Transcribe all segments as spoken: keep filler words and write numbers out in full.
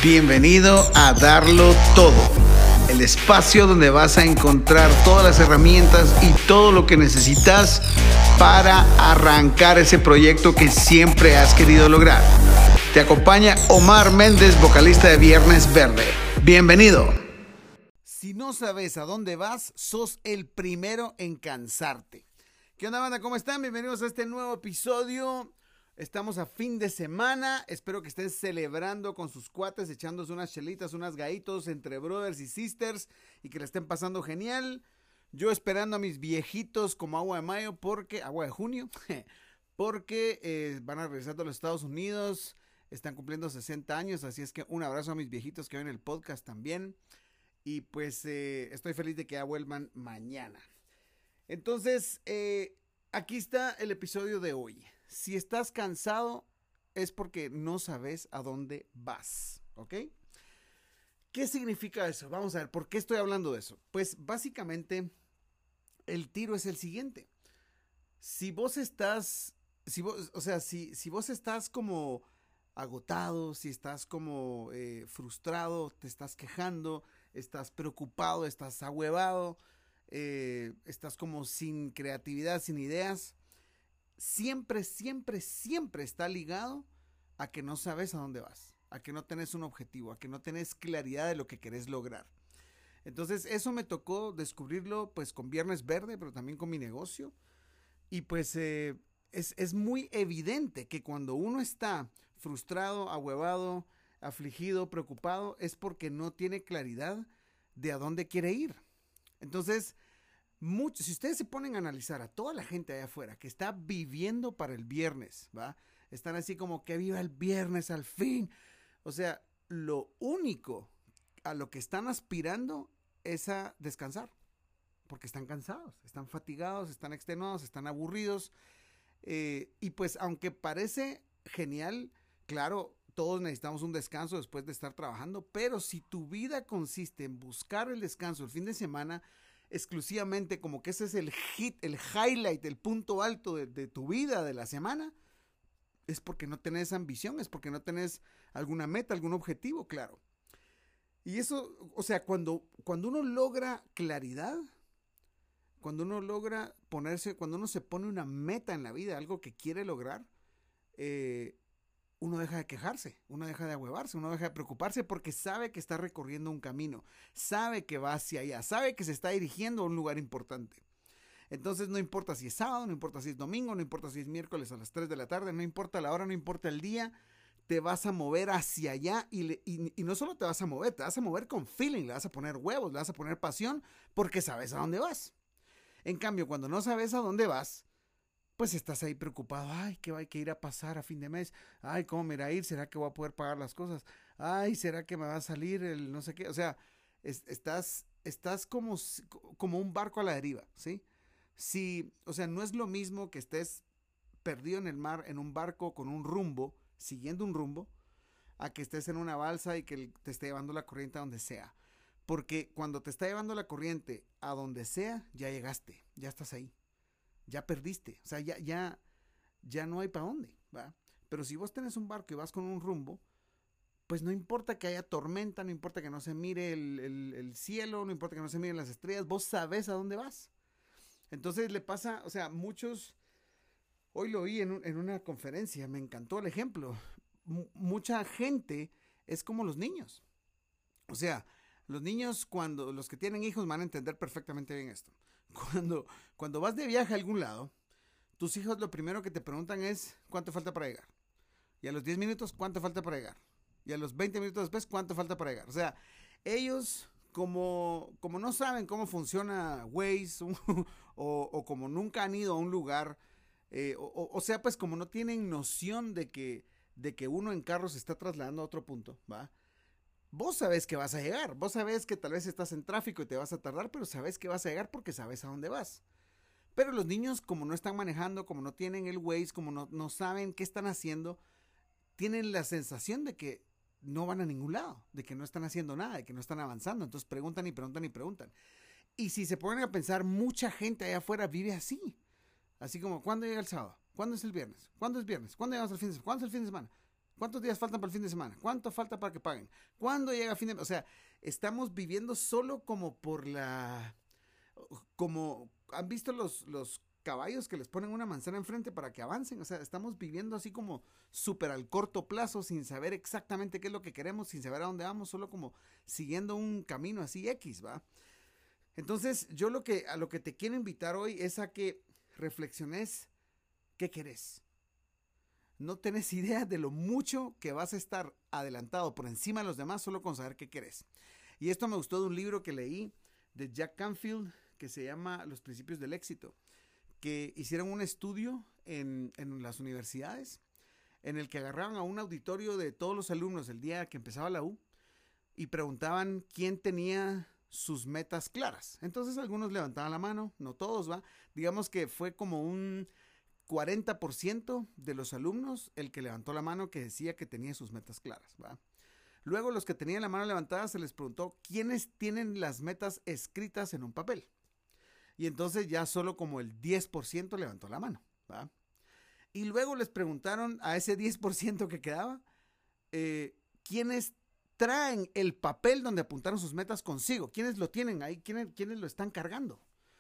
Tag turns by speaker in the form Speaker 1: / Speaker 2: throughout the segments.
Speaker 1: Bienvenido a Darlo Todo, el espacio donde vas a encontrar todas las herramientas y todo lo que necesitas para arrancar ese proyecto que siempre has querido lograr. Te acompaña Omar Méndez, vocalista de Viernes Verde. Bienvenido. Si no sabes a dónde vas, sos el primero en cansarte. ¿Qué onda, banda? ¿Cómo están? Bienvenidos a este nuevo episodio. Estamos a fin de semana, espero que estén celebrando con sus cuates, echándose unas chelitas, unas gaitos entre brothers y sisters y que le estén pasando genial. Yo esperando a mis viejitos como agua de mayo, porque agua de junio, porque eh, van a regresar a los Estados Unidos, están cumpliendo sesenta años, así es que un abrazo a mis viejitos que ven el podcast también. Y pues eh, estoy feliz de que ya vuelvan mañana. Entonces, eh, aquí está el episodio de hoy. Si estás cansado es porque no sabes a dónde vas, ¿ok? ¿Qué significa eso? Vamos a ver, ¿por qué estoy hablando de eso? Pues básicamente el tiro es el siguiente. Si vos estás, si vos, o sea, si, si vos estás como agotado, si estás como eh, frustrado, te estás quejando, estás preocupado, estás ahuevado, eh, estás como sin creatividad, sin ideas, siempre, siempre, siempre está ligado a que no sabes a dónde vas, a que no tenés un objetivo, a que no tenés claridad de lo que querés lograr. Entonces eso me tocó descubrirlo pues con Viernes Verde, pero también con mi negocio. Y pues eh, es, es muy evidente que cuando uno está frustrado, ahuevado, afligido, preocupado, es porque no tiene claridad de a dónde quiere ir. Entonces, mucho, si ustedes se ponen a analizar a toda la gente allá afuera que está viviendo para el viernes, ¿va? Están así como que viva el viernes al fin. O sea, lo único a lo que están aspirando es a descansar. Porque están cansados, están fatigados, están extenuados, están aburridos. Eh, y pues aunque parece genial, claro, todos necesitamos un descanso después de estar trabajando, pero si tu vida consiste en buscar el descanso el fin de semana, exclusivamente como que ese es el hit, el highlight, el punto alto de, de tu vida de la semana, es porque no tenés ambición, es porque no tenés alguna meta, algún objetivo, claro. Y eso, o sea, cuando, cuando uno logra claridad, cuando uno logra ponerse, cuando uno se pone una meta en la vida, algo que quiere lograr, eh, uno deja de quejarse, uno deja de ahuevarse, uno deja de preocuparse porque sabe que está recorriendo un camino, sabe que va hacia allá, sabe que se está dirigiendo a un lugar importante. Entonces no importa si es sábado, no importa si es domingo, no importa si es miércoles a las tres de la tarde, no importa la hora, no importa el día, te vas a mover hacia allá y, le, y, y no solo te vas a mover, te vas a mover con feeling, le vas a poner huevos, le vas a poner pasión porque sabes a dónde vas. En cambio, cuando no sabes a dónde vas, pues estás ahí preocupado, ay, ¿qué va a ir a pasar a fin de mes? Ay, ¿cómo me irá a ir? ¿Será que voy a poder pagar las cosas? Ay, ¿será que me va a salir el no sé qué? O sea, es, estás, estás como, como un barco a la deriva, ¿sí? Sí, o sea, no es lo mismo que estés perdido en el mar, en un barco con un rumbo, siguiendo un rumbo, a que estés en una balsa y que te esté llevando la corriente a donde sea. Porque cuando te está llevando la corriente a donde sea, ya llegaste, ya estás ahí. Ya perdiste, o sea, ya, ya, ya no hay para dónde, ¿va? Pero si vos tenés un barco y vas con un rumbo, pues no importa que haya tormenta, no importa que no se mire el, el, el cielo, no importa que no se miren las estrellas, vos sabés a dónde vas. Entonces le pasa, o sea, muchos, hoy lo oí en, un, en una conferencia, me encantó el ejemplo, M- mucha gente es como los niños, o sea, los niños cuando, los que tienen hijos van a entender perfectamente bien esto. Cuando, cuando vas de viaje a algún lado, tus hijos lo primero que te preguntan es ¿cuánto falta para llegar? Y a los diez minutos, ¿cuánto falta para llegar? Y a los veinte minutos después, ¿cuánto falta para llegar? O sea, ellos como, como no saben cómo funciona Waze o, o como nunca han ido a un lugar, eh, o, o sea, pues como no tienen noción de que, de que uno en carro se está trasladando a otro punto, ¿va? Vos sabés que vas a llegar, vos sabés que tal vez estás en tráfico y te vas a tardar, pero sabés que vas a llegar porque sabes a dónde vas. Pero los niños, como no están manejando, como no tienen el Waze, como no, no saben qué están haciendo, tienen la sensación de que no van a ningún lado, de que no están haciendo nada, de que no están avanzando. Entonces preguntan y preguntan y preguntan. Y si se ponen a pensar, mucha gente allá afuera vive así. Así como, ¿cuándo llega el sábado? ¿Cuándo es el viernes? ¿Cuándo es viernes? ¿Cuándo llegamos al fin de semana? ¿Cuándo es el fin de semana? ¿Cuántos días faltan para el fin de semana? ¿Cuánto falta para que paguen? ¿Cuándo llega fin de semana? O sea, estamos viviendo solo como por la... Como, ¿han visto los, los caballos que les ponen una manzana enfrente para que avancen? O sea, estamos viviendo así como súper al corto plazo, sin saber exactamente qué es lo que queremos, sin saber a dónde vamos, solo como siguiendo un camino así X, ¿va? Entonces, yo lo que, a lo que te quiero invitar hoy es a que reflexiones qué querés. No tenés idea de lo mucho que vas a estar adelantado por encima de los demás solo con saber qué querés. Y esto me gustó de un libro que leí de Jack Canfield que se llama Los Principios del Éxito, que hicieron un estudio en, en las universidades en el que agarraban a un auditorio de todos los alumnos el día que empezaba la U y preguntaban quién tenía sus metas claras. Entonces algunos levantaban la mano, no todos, ¿va? Digamos que fue como un cuarenta por ciento de los alumnos el que levantó la mano que decía que tenía sus metas claras, ¿va? Luego los que tenían la mano levantada se les preguntó quiénes tienen las metas escritas en un papel. Y entonces ya solo como el diez por ciento levantó la mano, ¿va? Y luego les preguntaron a ese diez por ciento que quedaba, eh, quiénes traen el papel donde apuntaron sus metas consigo, quiénes lo tienen ahí, quiénes, quiénes lo están cargando.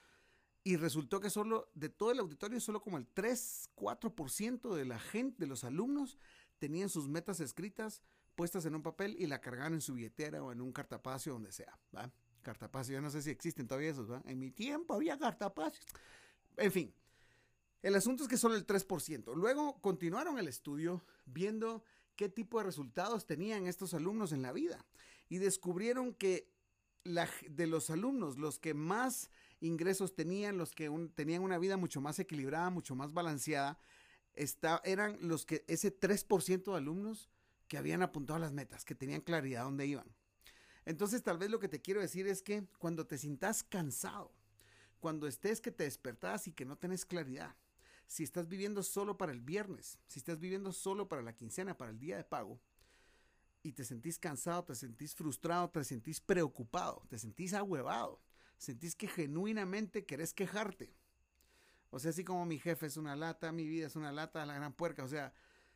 Speaker 1: Y resultó que solo, de todo el auditorio, solo como el tres, cuatro por ciento de la gente, de los alumnos, tenían sus metas escritas, puestas en un papel y la cargaban en su billetera o en un cartapacio, donde sea, ¿va? Cartapacio, yo no sé si existen todavía esos, ¿va? En mi tiempo había cartapacios. En fin, el asunto es que solo el tres por ciento. Luego continuaron el estudio viendo qué tipo de resultados tenían estos alumnos en la vida y descubrieron que la, de los alumnos, los que más ingresos tenían, los que un, tenían una vida mucho más equilibrada, mucho más balanceada, está, eran los que ese tres por ciento de alumnos que habían apuntado las metas, que tenían claridad dónde iban. Entonces tal vez lo que te quiero decir es que cuando te sientas cansado, cuando estés que te despertás y que no tenés claridad, si estás viviendo solo para el viernes, si estás viviendo solo para la quincena, para el día de pago, y te sentís cansado, te sentís frustrado, te sentís preocupado, te sentís ahuevado, sentís que genuinamente querés quejarte. O sea, así como mi jefe es una lata, mi vida es una lata, la gran puerca. O sea,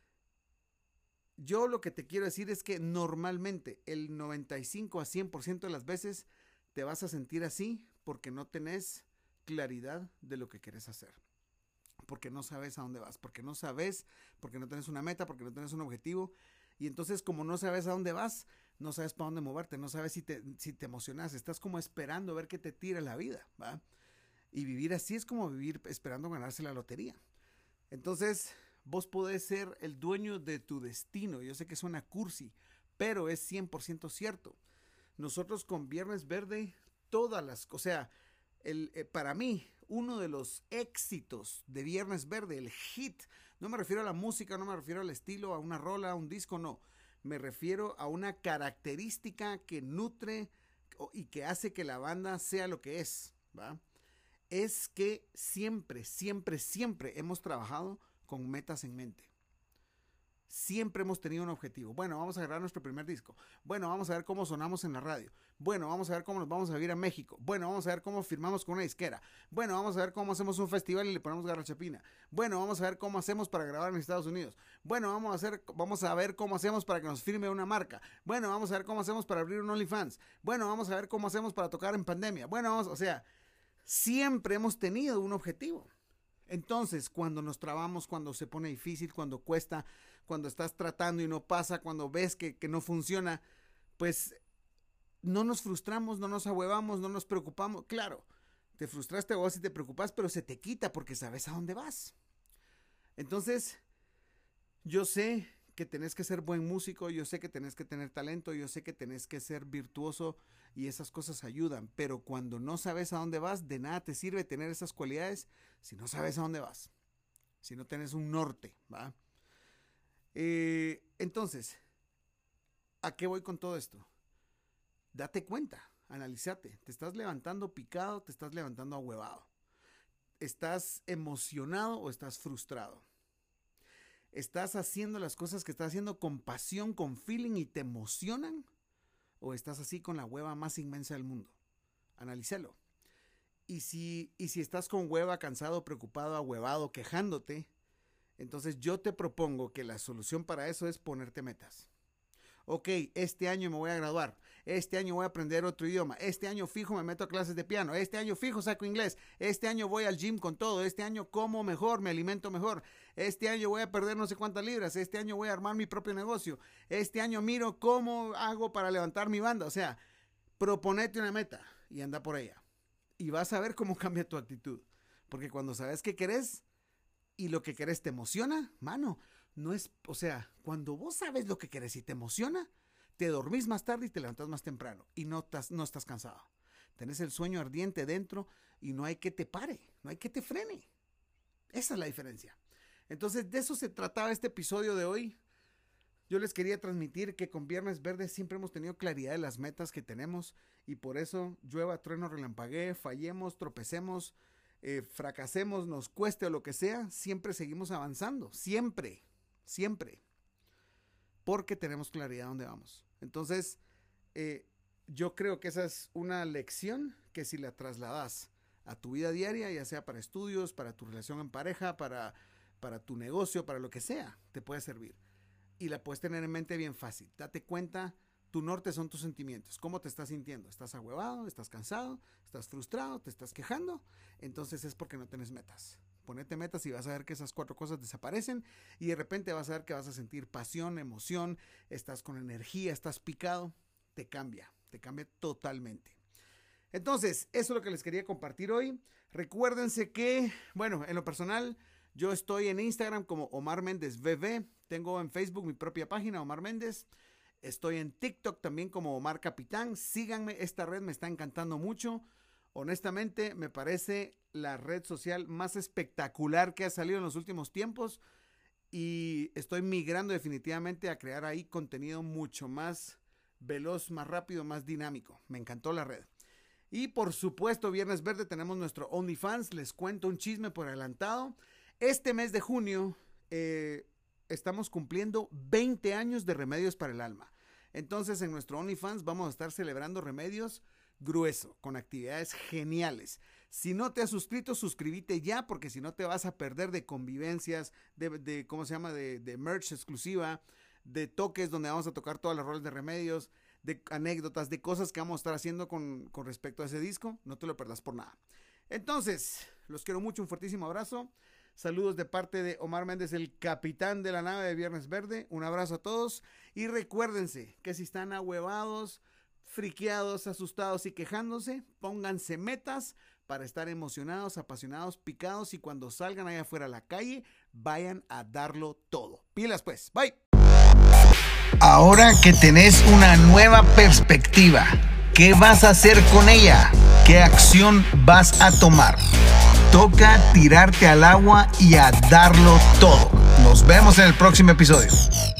Speaker 1: yo lo que te quiero decir es que normalmente el noventa y cinco a cien por ciento de las veces te vas a sentir así porque no tenés claridad de lo que querés hacer. Porque no sabes a dónde vas, porque no sabes, porque no tenés una meta, porque no tenés un objetivo. Y entonces como no sabes a dónde vas, no sabes para dónde moverte, no sabes si te, si te emocionas, estás como esperando a ver qué te tira la vida, ¿va? Y vivir así es como vivir esperando ganarse la lotería. Entonces vos podés ser el dueño de tu destino. Yo sé que suena cursi, pero es cien por ciento cierto. Nosotros con Viernes Verde, todas las, o sea, el, eh, para mí, uno de los éxitos de Viernes Verde, el hit, no me refiero a la música, no me refiero al estilo, a una rola, a un disco, no. Me refiero a una característica que nutre y que hace que la banda sea lo que es, ¿va? Es que siempre, siempre, siempre hemos trabajado con metas en mente. Siempre hemos tenido un objetivo. Bueno, vamos a grabar nuestro primer disco. Bueno, vamos a ver cómo sonamos en la radio. Bueno, vamos a ver cómo nos vamos a ir a México. Bueno, vamos a ver cómo firmamos con una disquera. Bueno, vamos a ver cómo hacemos un festival y le ponemos garrachapina. Bueno, vamos a ver cómo hacemos para grabar en Estados Unidos. Bueno, vamos a hacer, vamos a ver cómo hacemos para que nos firme una marca. Bueno, vamos a ver cómo hacemos para abrir un OnlyFans. Bueno, vamos a ver cómo hacemos para tocar en pandemia. Bueno, vamos, o sea, siempre hemos tenido un objetivo. Entonces, cuando nos trabamos, cuando se pone difícil, cuando cuesta, cuando estás tratando y no pasa, cuando ves que, que no funciona, pues no nos frustramos, no nos ahuevamos, no nos preocupamos. Claro, te frustraste vos y te preocupas, pero se te quita porque sabes a dónde vas. Entonces, yo sé que tenés que ser buen músico, yo sé que tenés que tener talento, yo sé que tenés que ser virtuoso y esas cosas ayudan, pero cuando no sabes a dónde vas, de nada te sirve tener esas cualidades si no sabes a dónde vas, si no tenés un norte, ¿va? Eh, entonces, ¿a qué voy con todo esto? Date cuenta, analízate, te estás levantando picado, te estás levantando ahuevado, estás emocionado o estás frustrado. ¿Estás haciendo las cosas que estás haciendo con pasión, con feeling y te emocionan? ¿O estás así con la hueva más inmensa del mundo? Analízalo. Y si, y si estás con hueva, cansado, preocupado, ahuevado, quejándote, Entonces yo te propongo que la solución para eso es ponerte metas. Ok, este año me voy a graduar, este año voy a aprender otro idioma, este año fijo me meto a clases de piano, este año fijo saco inglés, este año voy al gym con todo, este año como mejor, me alimento mejor, este año voy a perder no sé cuántas libras, este año voy a armar mi propio negocio, este año miro cómo hago para levantar mi banda. O sea, proponete una meta y anda por ella y vas a ver cómo cambia tu actitud, porque cuando sabes qué querés y lo que querés te emociona, mano, no es, o sea, cuando vos sabes lo que querés y te emociona, te dormís más tarde y te levantás más temprano y no estás, no estás cansado. Tenés el sueño ardiente dentro y no hay que te pare, no hay que te frene. Esa es la diferencia. Entonces, de eso se trataba este episodio de hoy. Yo les quería transmitir que con Viernes Verde siempre hemos tenido claridad de las metas que tenemos y por eso llueva, trueno, relampaguee, fallemos, tropecemos, eh, fracasemos, nos cueste o lo que sea, siempre seguimos avanzando, siempre. Siempre, porque tenemos claridad de dónde vamos. Entonces, eh, yo creo que esa es una lección que si la trasladas a tu vida diaria, ya sea para estudios, para tu relación en pareja, para, para tu negocio, para lo que sea, te puede servir. Y la puedes tener en mente bien fácil. Date cuenta, tu norte son tus sentimientos. ¿Cómo te estás sintiendo? ¿Estás ahuevado? ¿Estás cansado? ¿Estás frustrado? ¿Te estás quejando? Entonces es porque no tienes metas. Ponete metas y vas a ver que esas cuatro cosas desaparecen y de repente vas a ver que vas a sentir pasión, emoción, estás con energía, estás picado, te cambia, te cambia totalmente. Entonces, eso es lo que les quería compartir hoy. Recuérdense que, bueno, en lo personal, yo estoy en Instagram como Omar Méndez V V, tengo en Facebook mi propia página, Omar Méndez, estoy en TikTok también como Omar Capitán, síganme, esta red me está encantando mucho. Honestamente, me parece la red social más espectacular que ha salido en los últimos tiempos y estoy migrando definitivamente a crear ahí contenido mucho más veloz, más rápido, más dinámico. Me encantó la red. Y por supuesto, Viernes Verde tenemos nuestro OnlyFans. Les cuento un chisme por adelantado. Este mes de junio eh, estamos cumpliendo veinte años de Remedios para el Alma. Entonces, en nuestro OnlyFans vamos a estar celebrando Remedios grueso, con actividades geniales. Si no te has suscrito, suscríbete ya, porque si no te vas a perder de convivencias, de, de ¿cómo se llama? De, de merch exclusiva, de toques donde vamos a tocar todas las roles de Remedios, de anécdotas, de cosas que vamos a estar haciendo con, con respecto a ese disco. No te lo perdas por nada. Entonces, los quiero mucho, un fuertísimo abrazo. Saludos de parte de Omar Méndez, el capitán de la nave de Viernes Verde. Un abrazo a todos y recuérdense que si están ahuevados, friqueados, asustados y quejándose, pónganse metas para estar emocionados, apasionados, picados y cuando salgan allá afuera a la calle, vayan a darlo todo. Pilas pues, bye.
Speaker 2: Ahora que tenés una nueva perspectiva, ¿qué vas a hacer con ella? ¿Qué acción vas a tomar? Toca tirarte al agua y a darlo todo. Nos vemos en el próximo episodio.